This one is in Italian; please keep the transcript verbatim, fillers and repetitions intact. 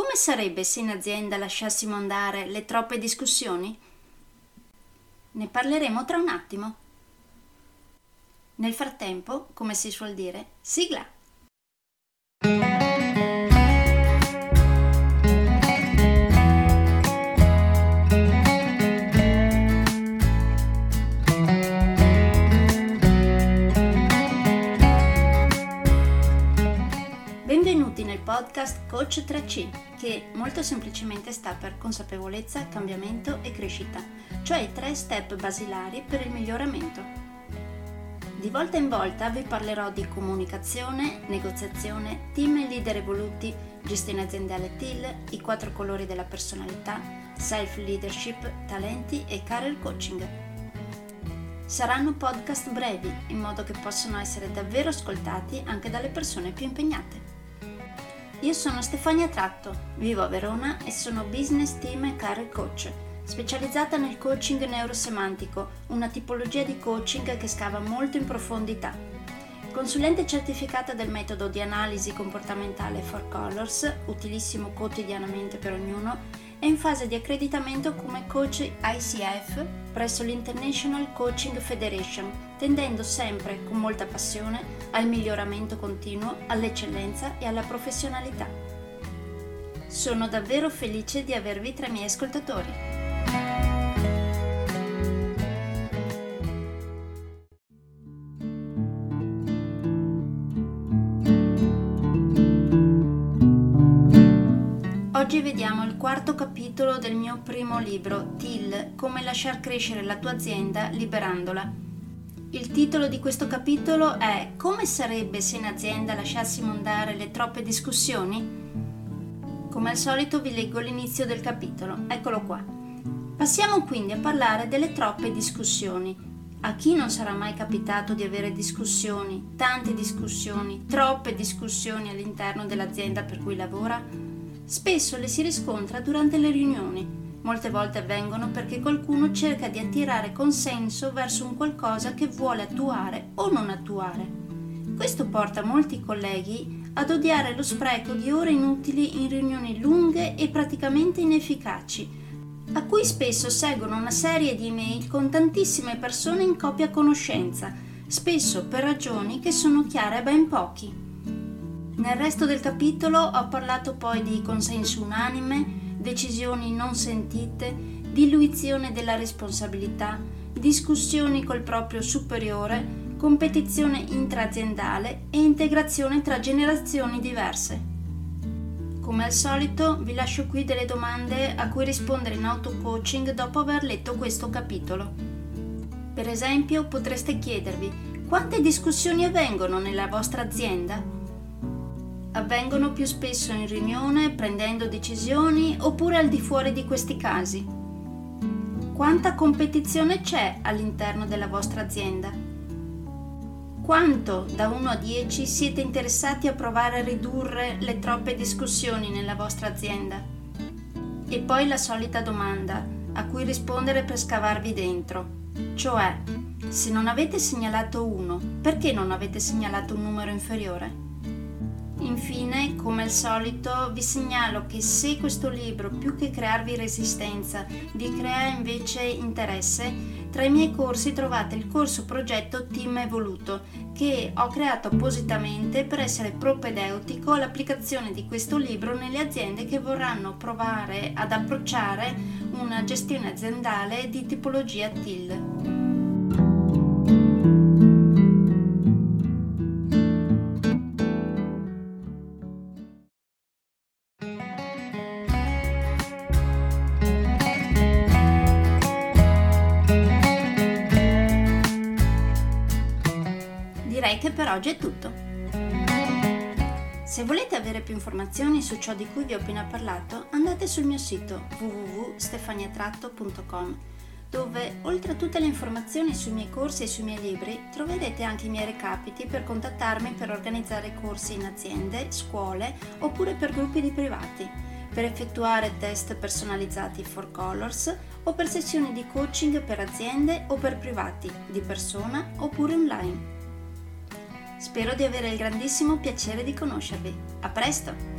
Come sarebbe se in azienda lasciassimo andare le troppe discussioni? Ne parleremo tra un attimo. Nel frattempo, come si suol dire, sigla! Benvenuti nel podcast Coach tre C, che molto semplicemente sta per consapevolezza, cambiamento e crescita, cioè i tre step basilari per il miglioramento. Di volta in volta vi parlerò di comunicazione, negoziazione, team e leader evoluti, gestione aziendale T I L, i quattro colori della personalità, self-leadership, talenti e career coaching. Saranno podcast brevi, in modo che possano essere davvero ascoltati anche dalle persone più impegnate. Io sono Stefania Tratto, vivo a Verona e sono Business Team e Career Coach, specializzata nel coaching neurosemantico, una tipologia di coaching che scava molto in profondità. Consulente certificata del metodo di analisi comportamentale Four Colors, utilissimo quotidianamente per ognuno, è in fase di accreditamento come coach I C F presso l'International Coaching Federation, tendendo sempre con molta passione al miglioramento continuo, all'eccellenza e alla professionalità. Sono davvero felice di avervi tra i miei ascoltatori. Oggi vediamo il quarto capitolo del mio primo libro, T I L, come lasciar crescere la tua azienda liberandola. Il titolo di questo capitolo è Come sarebbe se in azienda lasciassimo andare le troppe discussioni? Come al solito vi leggo l'inizio del capitolo, eccolo qua. Passiamo quindi a parlare delle troppe discussioni. A chi non sarà mai capitato di avere discussioni, tante discussioni, troppe discussioni all'interno dell'azienda per cui lavora? Spesso le si riscontra durante le riunioni, molte volte avvengono perché qualcuno cerca di attirare consenso verso un qualcosa che vuole attuare o non attuare. Questo porta molti colleghi ad odiare lo spreco di ore inutili in riunioni lunghe e praticamente inefficaci, a cui spesso seguono una serie di email con tantissime persone in copia conoscenza, spesso per ragioni che sono chiare a ben pochi. Nel resto del capitolo ho parlato poi di consenso unanime, decisioni non sentite, diluizione della responsabilità, discussioni col proprio superiore, competizione intraaziendale e integrazione tra generazioni diverse. Come al solito vi lascio qui delle domande a cui rispondere in auto-coaching dopo aver letto questo capitolo. Per esempio potreste chiedervi: quante discussioni avvengono nella vostra azienda? Avvengono più spesso in riunione, prendendo decisioni, oppure al di fuori di questi casi? Quanta competizione c'è all'interno della vostra azienda? Quanto, da uno a dieci, siete interessati a provare a ridurre le troppe discussioni nella vostra azienda? E poi la solita domanda, a cui rispondere per scavarvi dentro, cioè, se non avete segnalato uno, perché non avete segnalato un numero inferiore? Infine, come al solito, vi segnalo che se questo libro, più che crearvi resistenza, vi crea invece interesse, tra i miei corsi trovate il corso progetto Team Evoluto, che ho creato appositamente per essere propedeutico all'applicazione di questo libro nelle aziende che vorranno provare ad approcciare una gestione aziendale di tipologia T I L. Direi che per oggi è tutto. Se volete avere più informazioni su ciò di cui vi ho appena parlato, andate sul mio sito w w w punto stefania tratto punto com, dove oltre a tutte le informazioni sui miei corsi e sui miei libri troverete anche i miei recapiti per contattarmi per organizzare corsi in aziende, scuole oppure per gruppi di privati, per effettuare test personalizzati Four Colors o per sessioni di coaching per aziende o per privati, di persona oppure online. Spero di avere il grandissimo piacere di conoscervi. A presto!